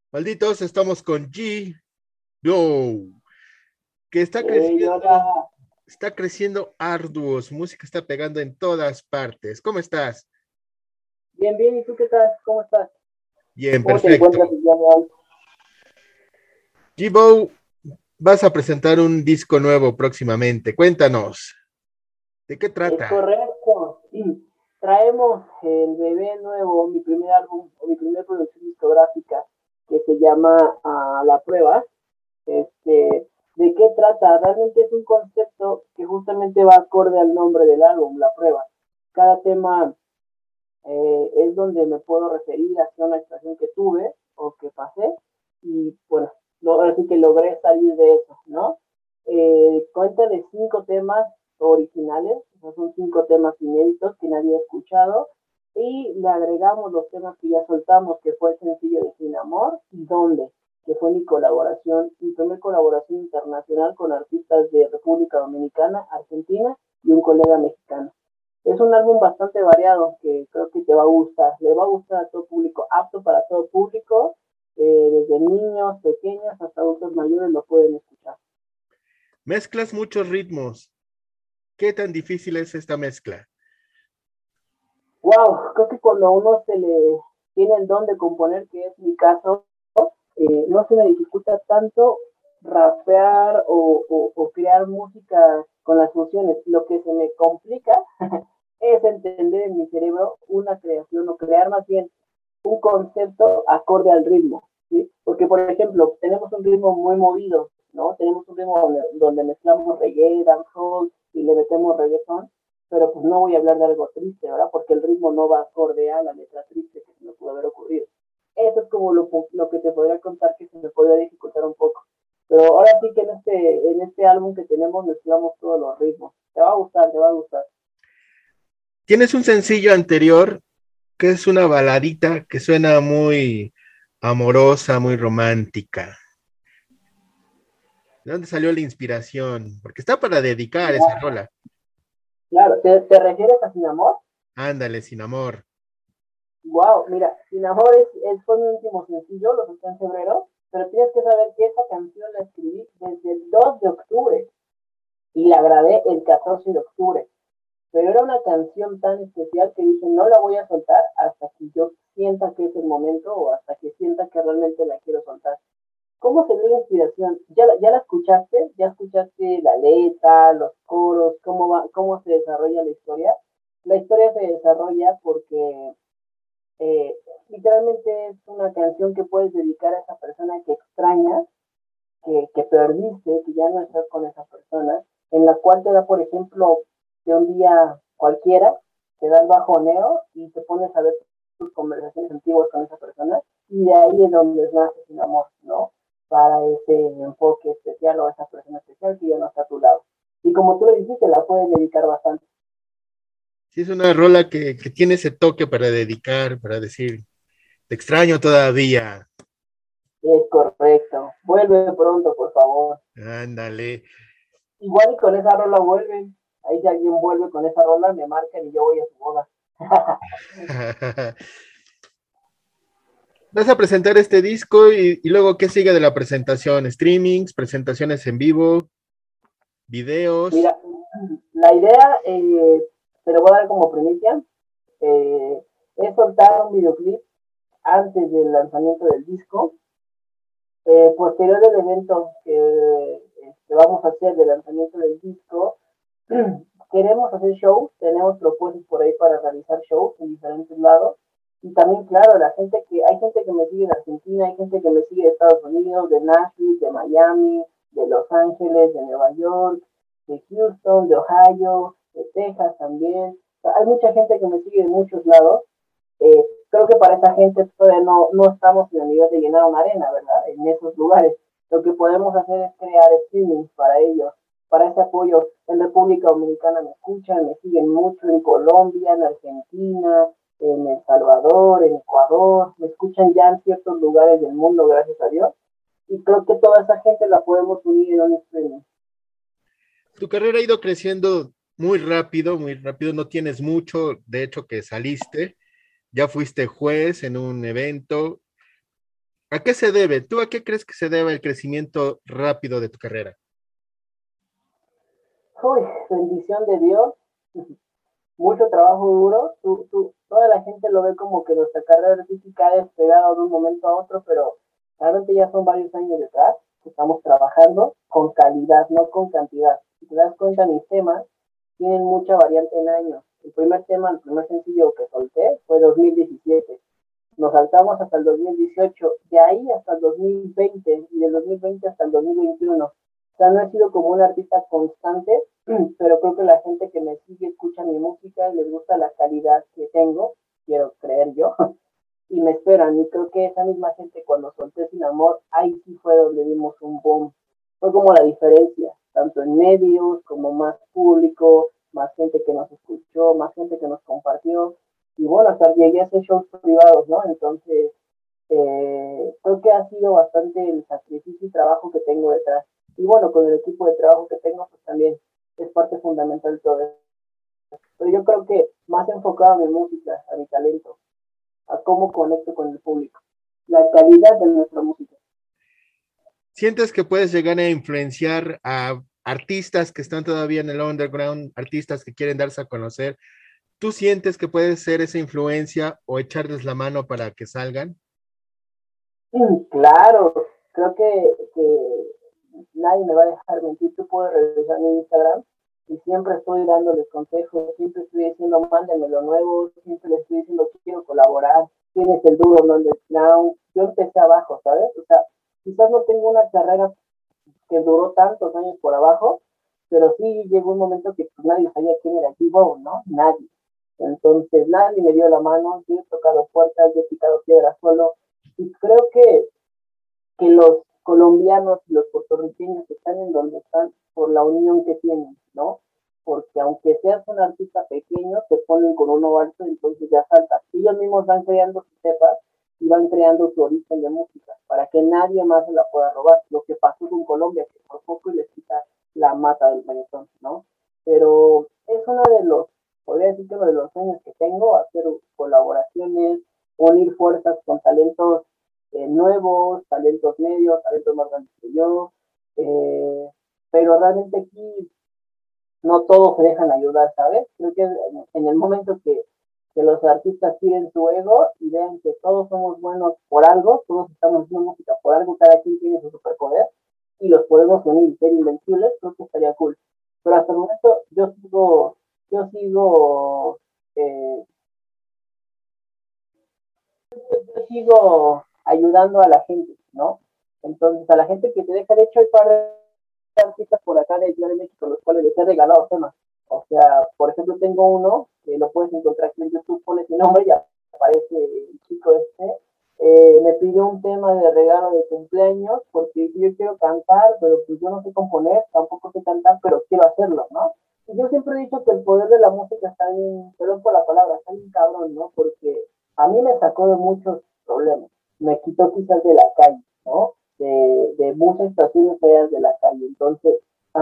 Malditos, estamos con G. Yo, que Hola, está creciendo arduo, su música está pegando en todas partes. ¿Cómo estás? bien, bien, ¿y tú qué tal? ¿Cómo estás? Bien, ¿Cómo te perfecto. encuentras el día de hoy? Gibo, vas a presentar un disco nuevo próximamente. Cuéntanos, ¿de qué Es trata? correcto, sí. Traemos el bebé nuevo, mi primer álbum o mi primera producción discográfica que se llama La Prueba. ¿De qué trata? Realmente es un concepto que justamente va acorde al nombre del álbum, La Prueba. Cada tema es donde me puedo referir hacia una situación que tuve o que pasé y bueno, ahora sí que logré salir de eso, ¿no? Cuenta de 5 temas originales, o sea, son 5 temas inéditos que nadie ha escuchado y le agregamos los temas que ya soltamos, que fue el sencillo de Sin Amor y Dónde, que fue mi primera colaboración internacional con artistas de República Dominicana, Argentina y un colega mexicano. Es un álbum bastante variado que creo que te va a gustar. Le va a gustar a todo público, apto para todo público, desde niños pequeños hasta adultos mayores lo pueden escuchar. Mezclas muchos ritmos. ¿Qué tan difícil es esta mezcla? Wow, creo que cuando a uno se le tiene el don de componer, que es mi caso, no se me dificulta tanto rapear o crear música con las funciones. Lo que se me complica es entender en mi cerebro una creación o crear más bien un concepto acorde al ritmo, ¿sí? Porque, por ejemplo, tenemos un ritmo muy movido, ¿no? Tenemos un ritmo donde mezclamos reggae, dancehall y le metemos reggaeton, pero pues no voy a hablar de algo triste, ¿verdad? Porque el ritmo no va acorde a la letra triste que se me pudo haber ocurrido. Eso es como lo que te podría contar que se me podría dificultar un poco. Pero ahora sí que en este álbum que tenemos mezclamos todos los ritmos. Te va a gustar, te va a gustar. Tienes un sencillo anterior que es una baladita que suena muy amorosa, muy romántica. ¿De dónde salió la inspiración? Porque está para dedicar esa rola. Claro, ¿te refieres a Sin Amor? Ándale, sin amor. Wow, mira, Sin Amor fue mi último sencillo, lo solté en febrero, pero tienes que saber que esa canción la escribí desde el 2 de octubre y la grabé el 14 de octubre. Pero era una canción tan especial que dije, no la voy a soltar hasta que yo sienta que es el momento o hasta que sienta que realmente la quiero soltar. ¿Cómo se dio la inspiración? ¿Ya la escuchaste? ¿Ya escuchaste la letra, los coros, cómo se desarrolla la historia? La historia se desarrolla porque eh, literalmente es una canción que puedes dedicar a esa persona que extrañas, que perdiste, que ya no estás con esa persona, en la cual te da, por ejemplo, de un día cualquiera, te da el bajoneo y te pones a ver tus conversaciones antiguas con esa persona y de ahí es donde nace sin amor, ¿no? Para ese enfoque especial o a esa persona especial que ya no está a tu lado. Y como tú le dijiste, la puedes dedicar bastante. Sí, es una rola que tiene ese toque para dedicar, para decir, te extraño todavía. Es correcto. Vuelve pronto, por favor. Ándale. Igual y con esa rola vuelven. Ahí si alguien vuelve con esa rola, me marcan y yo voy a su boda. Vas a presentar este disco y luego, ¿qué sigue de la presentación? ¿Streamings, presentaciones en vivo, videos? Mira, la idea, te lo voy a dar como primicia, es soltar un videoclip antes del lanzamiento del disco. Posterior del evento que vamos a hacer del lanzamiento del disco, queremos hacer shows, tenemos propuestas por ahí para realizar shows en diferentes lados. Y también, claro, hay gente que me sigue de Argentina, hay gente que me sigue de Estados Unidos, de Nashville, de Miami, de Los Ángeles, de Nueva York, de Houston, de Ohio, de Texas también. O sea, hay mucha gente que me sigue de muchos lados. Creo que para esa gente todavía no estamos en el nivel de llenar una arena, ¿verdad? En esos lugares. Lo que podemos hacer es crear streamings para ellos, para ese apoyo. En República Dominicana me escuchan, me siguen mucho, en Colombia, en Argentina, en El Salvador, en Ecuador, me escuchan ya en ciertos lugares del mundo, gracias a Dios. Y creo que toda esa gente la podemos unir en un streaming. Tu carrera ha ido creciendo muy rápido, no tienes mucho, de hecho que saliste, ya fuiste juez en un evento, ¿A qué se debe? ¿Tú a qué crees que se debe el crecimiento rápido de tu carrera? Uy, bendición de Dios, mucho trabajo duro. Toda la gente lo ve como que nuestra carrera artística ha despegado de un momento a otro, pero realmente ya son varios años detrás que estamos trabajando con calidad, no con cantidad. Si te das cuenta, mis temas tienen mucha variante en años. El primer tema, el primer sencillo que solté fue 2017. Nos saltamos hasta el 2018, de ahí hasta el 2020 y del 2020 hasta el 2021. O sea, no he sido como un artista constante, pero creo que la gente que me sigue escucha mi música y les gusta la calidad que tengo, quiero creer yo, y me esperan. Y creo que esa misma gente cuando solté Sin Amor, ahí sí fue donde dimos un boom. Fue como la diferencia, tanto en medios como más público, más gente que nos escuchó, más gente que nos compartió. Y bueno, hasta llegué a hacer shows privados, ¿no? Entonces, creo que ha sido bastante el sacrificio y trabajo que tengo detrás. Y bueno, con el equipo de trabajo que tengo, pues también es parte fundamental de todo eso. Pero yo creo que más enfocado a mi música, a mi talento, a cómo conecto con el público, la calidad de nuestra música. ¿Sientes que puedes llegar a influenciar a artistas que están todavía en el underground, artistas que quieren darse a conocer? ¿Tú sientes que puedes ser esa influencia o echarles la mano para que salgan? Claro, creo que nadie me va a dejar mentir. Tú puedes revisar mi Instagram y siempre estoy dándoles consejos, siempre estoy diciendo mándenme lo nuevo, siempre les estoy diciendo quiero colaborar, tienes el duro, no el now. Yo empecé abajo, ¿sabes? O sea, quizás no tengo una carrera que duró tantos años por abajo, pero sí llegó un momento que pues, nadie sabía quién era G-Bone, ¿no? Nadie. Entonces nadie me dio la mano, yo he tocado puertas, yo he picado piedras solo, y creo que los colombianos y los puertorriqueños están en donde están por la unión que tienen, ¿no? Porque aunque seas un artista pequeño, te ponen con uno alto, entonces ya saltas. Ellos mismos van creando sus cepas y van creando su origen de música para que nadie más se la pueda robar. Lo que pasó con Colombia, que por poco les quita la mata del reggaetón, ¿no? Pero es uno de los, podría decir que uno de los sueños que tengo, hacer colaboraciones, unir fuerzas con talentos nuevos, talentos medios, talentos más grandes que yo, eh, pero realmente aquí no todos se dejan ayudar, ¿sabes? Creo que en el momento que los artistas tiren su ego y vean que todos somos buenos por algo, todos estamos haciendo música por algo, cada quien tiene su superpoder y los podemos unir y ser invencibles, creo que estaría cool. Pero hasta el momento eh, yo sigo ayudando a la gente, ¿no? Entonces, a la gente que te deja, de hecho, hay par de artistas por acá de Ciudad de México, los cuales les he regalado temas. O sea, por ejemplo, tengo uno que lo puedes encontrar aquí en YouTube, pones mi nombre y aparece el chico este. Me pidió un tema de regalo de cumpleaños porque yo quiero cantar, pero pues yo no sé componer, tampoco sé cantar, pero quiero hacerlo, ¿no? Y yo siempre he dicho que el poder de la música está bien, perdón por la palabra, está bien cabrón, ¿no? Porque a mí me sacó de muchos problemas, me quitó quizás de la calle, ¿no? De muchas situaciones feas de la calle. Entonces,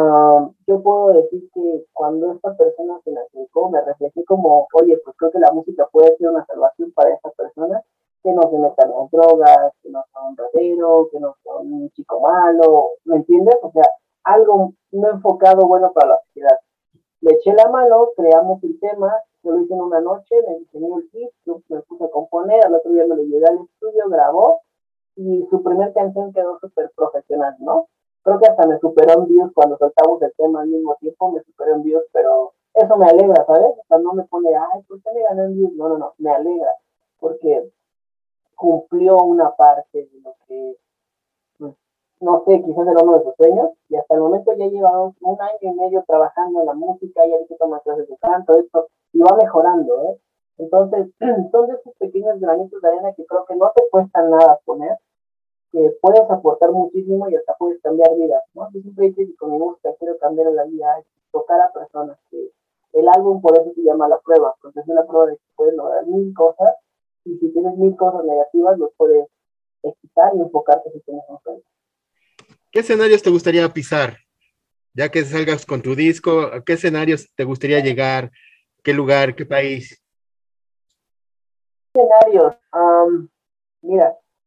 yo puedo decir que cuando esta persona se me acercó, me reflejé como, oye, pues creo que la música puede ser una salvación para esta persona, que no se metan las drogas, que no sea un ratero, que no sea un chico malo, ¿me entiendes? O sea, algo no enfocado bueno para la sociedad. Le eché la mano, creamos el tema, yo lo hice en una noche, me diseñó el kit, yo me puse a componer, al otro día me lo llevé al estudio, grabó, y su primer canción quedó súper profesional, ¿no? Creo que hasta me superó en views cuando soltamos el tema al mismo tiempo, me superó en views, pero eso me alegra, ¿sabes? O sea, no me pone, ay, ¿por qué me gané en views? No, no, no, me alegra, porque cumplió una parte de lo que, pues, no sé, quizás era uno de sus sueños, y hasta el momento ya lleva un año y medio trabajando en la música, ya dice toma clases de canto, esto, y va mejorando, ¿eh? Entonces, son de esos pequeños granitos de arena que creo que no te cuesta nada poner, que puedes aportar muchísimo y hasta puedes cambiar vidas, ¿no? Yo siempre digo que con mi música quiero cambiar la vida, tocar a personas, que el álbum por eso se llama La Prueba, porque es una prueba de que puedes lograr mil cosas y si tienes mil cosas negativas los puedes quitar y enfocarte si tienes un sueño. ¿Qué escenarios te gustaría pisar? Ya que salgas con tu disco, ¿a qué escenarios te gustaría llegar? ¿Qué lugar? ¿Qué país? Escenarios, mira,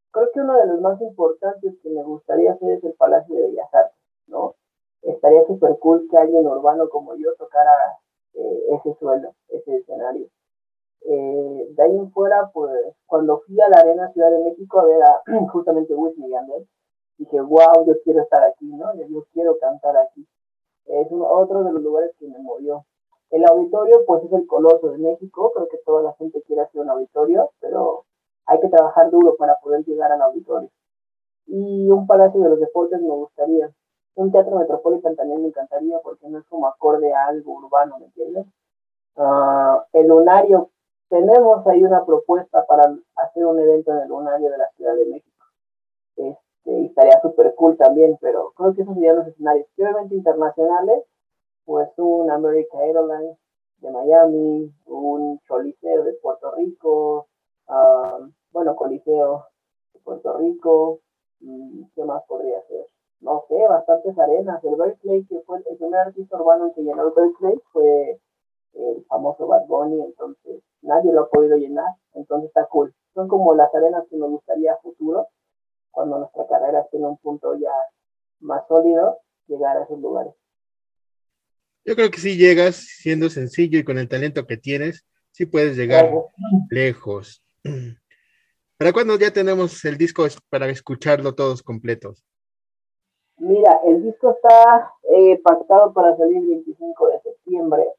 creo que uno de los más importantes que me gustaría hacer es el Palacio de Bellas Artes, ¿no? Estaría súper cool que alguien urbano como yo tocara ese suelo, ese escenario. De ahí en fuera, pues, cuando fui a la Arena Ciudad de México a ver a justamente Wisin y Yandel, dije, wow, yo quiero estar aquí, ¿no? Yo quiero cantar aquí. Otro de los lugares que me movió. El auditorio, pues, es el Coloso de México. Creo que toda la gente quiere hacer un auditorio, pero hay que trabajar duro para poder llegar al auditorio. Y un Palacio de los Deportes me gustaría. Un teatro Metropolitan también me encantaría porque no es como acorde a algo urbano, ¿me entiendes? El Lunario, tenemos ahí una propuesta para hacer un evento en el Lunario de la Ciudad de México. Y estaría súper cool también, pero creo que esos serían los escenarios. Y obviamente internacionales, pues un American Airlines de Miami, un Choliseo de Puerto Rico, bueno, Coliseo de Puerto Rico, ¿qué más podría ser? No sé, bastantes arenas. El Berkeley, que fue el primer artista urbano que llenó el Berkeley, fue el famoso Bad Bunny, entonces nadie lo ha podido llenar, entonces está cool. Son como las arenas que me gustaría a futuro, cuando nuestra carrera esté en un punto ya más sólido, llegar a esos lugares. Yo creo que si llegas siendo sencillo y con el talento que tienes, sí puedes llegar Gracias. lejos. ¿Para cuándo ya tenemos el disco para escucharlo todos completos? Mira, el disco está pactado para salir el 25 de septiembre.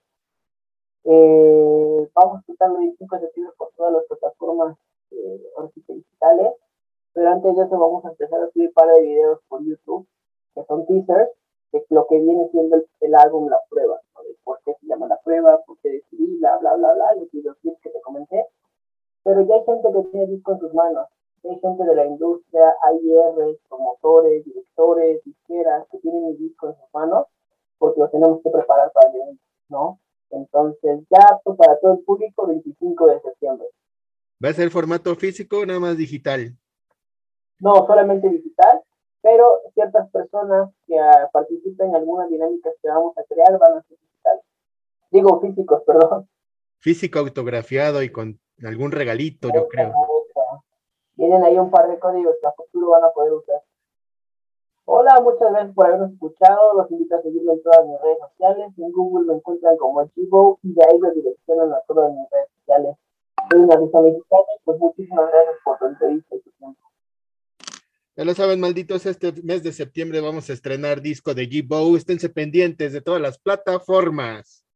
Vamos a escucharlo el 25 de septiembre por todas las plataformas digitales, pero antes de eso vamos a empezar a subir un par de videos por YouTube, que son teasers, de lo que viene siendo el álbum La Prueba, ¿no? De por qué se llama La Prueba, por qué decidí, bla, bla, bla, bla, los videoclips que te comenté. Pero ya hay gente que tiene disco en sus manos, hay gente de la industria, hay IR, promotores, directores, disqueras que tienen mi disco en sus manos, porque lo tenemos que preparar para el evento, ¿no? Entonces, ya apto para todo el público, 25 de septiembre. ¿Va a ser formato físico o nada más digital? No solamente digital, pero ciertas personas que participen en algunas dinámicas que vamos a crear van a ser digitales. Digo, físicos, perdón. Físico autografiado y con algún regalito, yo creo. Vienen ahí un par de códigos que a futuro van a poder usar. Hola, muchas gracias por habernos escuchado. Los invito a seguirme en todas mis redes sociales. En Google me encuentran como Chivo y de ahí me direccionan a todas mis redes sociales. Soy una risa mexicana, pues muchísimas gracias por tu entrevista y tu tiempo. Ya lo saben, malditos, este mes de septiembre vamos a estrenar disco de G-Bow. Esténse pendientes de todas las plataformas.